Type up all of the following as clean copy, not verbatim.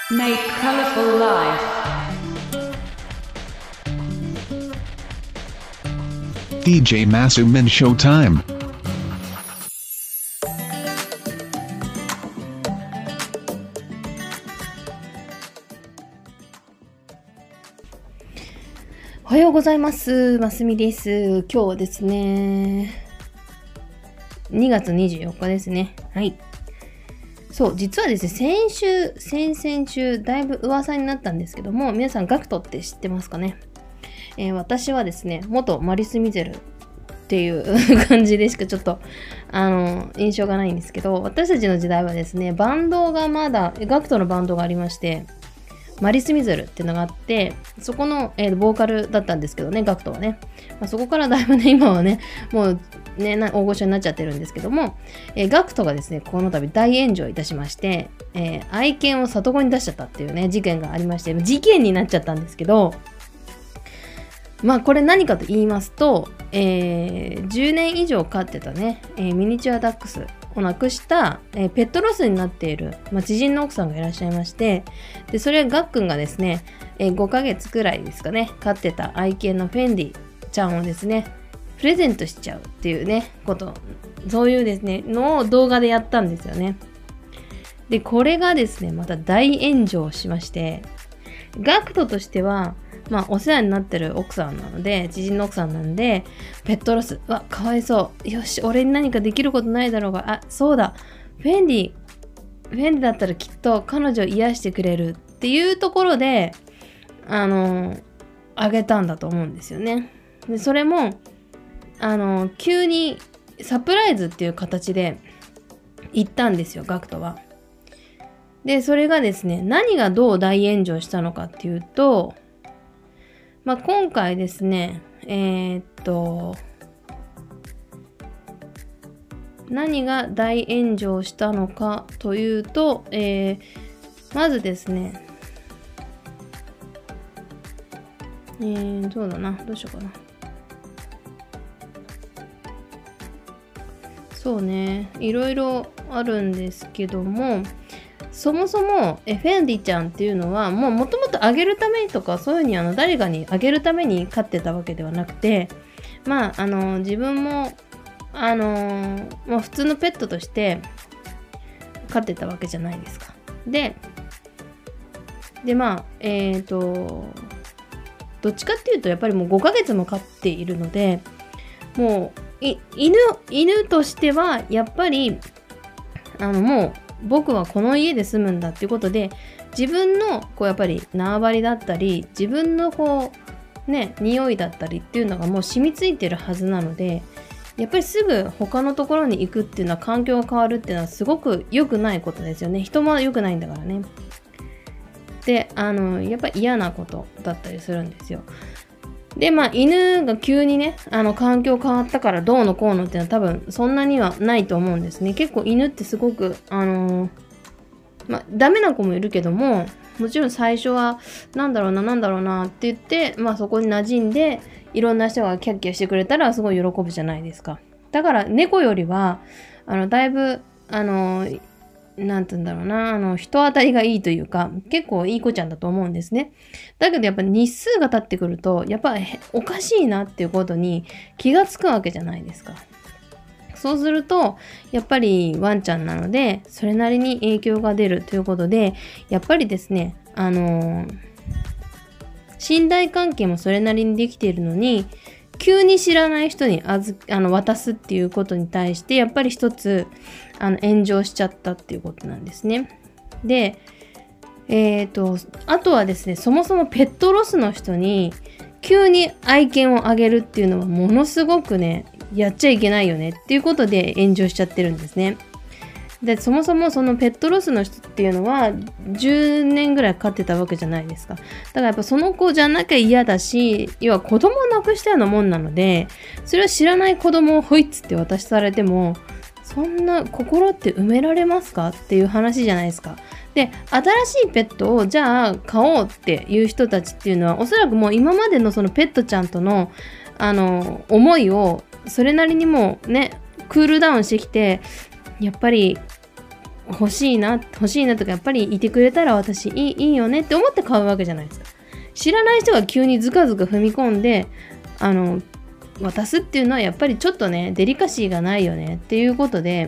Make colorful life. DJ Masumin Showtime. おはようございます。ますみです。今日はですね、2月24日ですね。はい。そう、実はですね、先々週、だいぶ噂になったんですけども、皆さん、ガクトって知ってますかね。私はですね、元マリス・ミゼルっていう感じでしかちょっと、印象がないんですけど、私たちの時代はですね、バンドがまだ、ガクトのバンドがありまして、マリス・ミゼルっていうのがあって、そこの、ボーカルだったんですけどね、ガクトはね。そこからだいぶね、今はね、もうね、大御所になっちゃってるんですけども、ガクトがですね、この度大炎上いたしまして、愛犬を里子に出しちゃったっていうね、事件がありまして、事件になっちゃったんですけど、これ何かと言いますと、10年以上飼ってたね、ミニチュアダックスを亡くした、ペットロスになっている、知人の奥さんがいらっしゃいまして、でそれはガックンがですね、5ヶ月くらいですかね、飼ってた愛犬のフェンディちゃんをですね、プレゼントしちゃうっていうね、そういうですね、のを動画でやったんですよね。で、これがですね、また大炎上しまして、ガクトとしては、お世話になってる奥さんなので、知人の奥さんなんで、ペットロス、かわいそう。よし、俺に何かできることないだろうが、そうだ、フェンディだったらきっと彼女を癒してくれるっていうところで、あげたんだと思うんですよね。で、それも、急にサプライズっていう形で行ったんですよ、ガクトは。で、それがですね、何がどう大炎上したのかっていうと、今回ですね、何が大炎上したのかというと、まずですね、そうだな、どうしようかな。そうね、いろいろあるんですけども、そもそもフェンディちゃんっていうのはもともとあげるためにとかそういうふうに誰かにあげるために飼ってたわけではなくて、自分も普通のペットとして飼ってたわけじゃないですか。でどっちかっていうとやっぱりもう5ヶ月も飼っているので、もう犬としてはやっぱりもう僕はこの家で住むんだっていうことで、自分のやっぱり縄張りだったり、自分の匂いだったりっていうのがもう染みついてるはずなので、やっぱりすぐ他のところに行くっていうのは、環境が変わるっていうのはすごく良くないことですよね。人も良くないんだからね。で、やっぱり嫌なことだったりするんですよ。で、犬が急にね、環境変わったからどうのこうのっていうのは多分そんなにはないと思うんですね。結構犬ってすごく、ダメな子もいるけども、もちろん最初はなんだろうなって言って、そこに馴染んで、いろんな人がキャッキャしてくれたらすごい喜ぶじゃないですか。だから猫よりは、だいぶ、なんて言うんだろうな、人当たりがいいというか、結構いい子ちゃんだと思うんですね。だけどやっぱ日数が経ってくると、やっぱりおかしいなっていうことに気がつくわけじゃないですか。そうすると、やっぱりワンちゃんなので、それなりに影響が出るということで、やっぱりですね、信頼関係もそれなりにできているのに、急に知らない人に渡すっていうことに対して、やっぱり一つ炎上しちゃったっていうことなんですね。で、あとはですね、そもそもペットロスの人に急に愛犬をあげるっていうのはものすごくね、やっちゃいけないよねっていうことで炎上しちゃってるんですね。で、そもそもそのペットロスの人っていうのは10年ぐらい飼ってたわけじゃないですか。だからやっぱその子じゃなきゃ嫌だし、要は子供を亡くしたようなもんなので、それを知らない子供をほいっつって渡されても、そんな心って埋められますかっていう話じゃないですか。で、新しいペットをじゃあ飼おうっていう人たちっていうのは、おそらくもう今までのそのペットちゃんとの思いをそれなりにもうね、クールダウンしてきて、やっぱり欲しいなとか、やっぱりいてくれたら私いいよねって思って買うわけじゃないですか。知らない人が急にずかずか踏み込んで、渡すっていうのはやっぱりちょっとね、デリカシーがないよねっていうことで、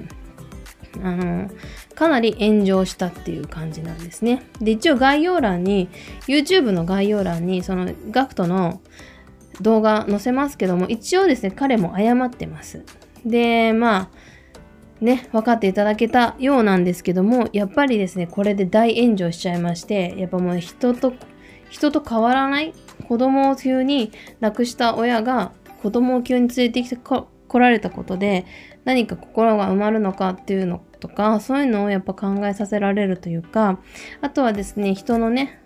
かなり炎上したっていう感じなんですね。で、一応YouTube の概要欄に、そのガクトの動画載せますけども、一応ですね、彼も謝ってます。で、まあ、ね、分かっていただけたようなんですけども、やっぱりですね、これで大炎上しちゃいまして、やっぱもう人と変わらない子供を急に亡くした親が子供を急に連れてきて来られたことで何か心が埋まるのかっていうのとか、そういうのをやっぱ考えさせられるというか、あとはですね、人のね、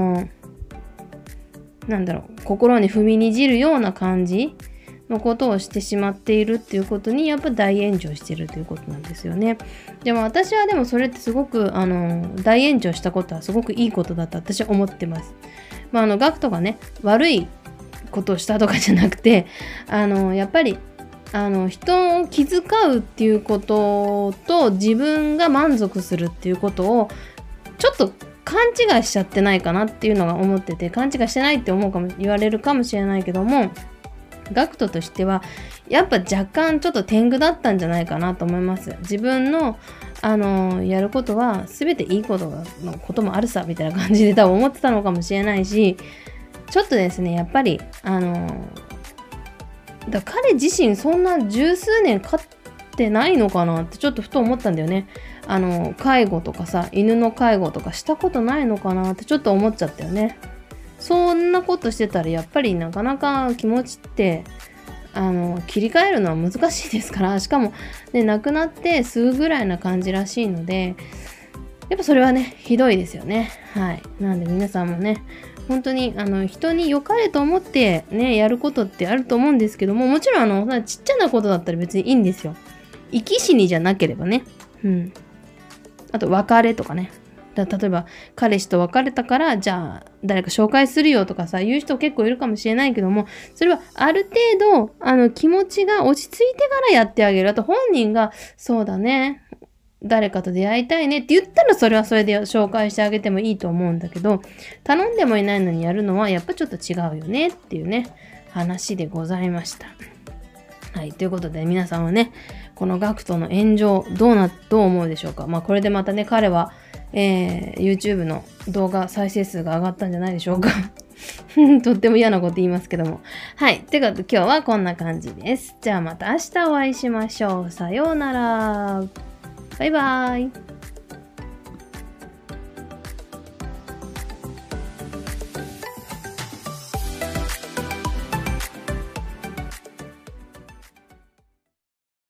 心に踏みにじるような感じのことをしてしまっているっていうことにやっぱ大炎上してるということなんですよね。でも私はでもそれってすごく大炎上したことはすごくいいことだと私は思ってます。ガクトがね悪いことをしたとかじゃなくてやっぱり人を気遣うっていうことと自分が満足するっていうことをちょっと勘違いしちゃってないかなっていうのが思ってて、勘違いしてないって言われるかもしれないけども、ガクトとしてはやっぱ若干ちょっと天狗だったんじゃないかなと思います。自分のやることは全ていいことのこともあるさみたいな感じで多分思ってたのかもしれないし、ちょっとですねやっぱり彼自身そんな十数年飼ってないのかなってちょっとふと思ったんだよね。介護とかさ、犬の介護とかしたことないのかなってちょっと思っちゃったよね。そんなことしてたらやっぱりなかなか気持ちって切り替えるのは難しいですから、しかもね亡くなってすぐぐらいな感じらしいので、やっぱそれはねひどいですよね。はい。なんで皆さんもね本当に人に良かれと思ってねやることってあると思うんですけども、もちろんちっちゃなことだったら別にいいんですよ。生き死にじゃなければね。うん。あと別れとかね。例えば彼氏と別れたからじゃあ誰か紹介するよとかさ言う人結構いるかもしれないけども、それはある程度気持ちが落ち着いてからやってあげる。あと本人がそうだね誰かと出会いたいねって言ったらそれはそれで紹介してあげてもいいと思うんだけど、頼んでもいないのにやるのはやっぱちょっと違うよねっていうね話でございました。はい、ということで皆さんはねこのガクトの炎上どう思うでしょうか。これでまたね彼はYouTube の動画再生数が上がったんじゃないでしょうかとっても嫌なこと言いますけども。はい。ということで今日はこんな感じです。じゃあまた明日お会いしましょう。さようなら。バイバーイ。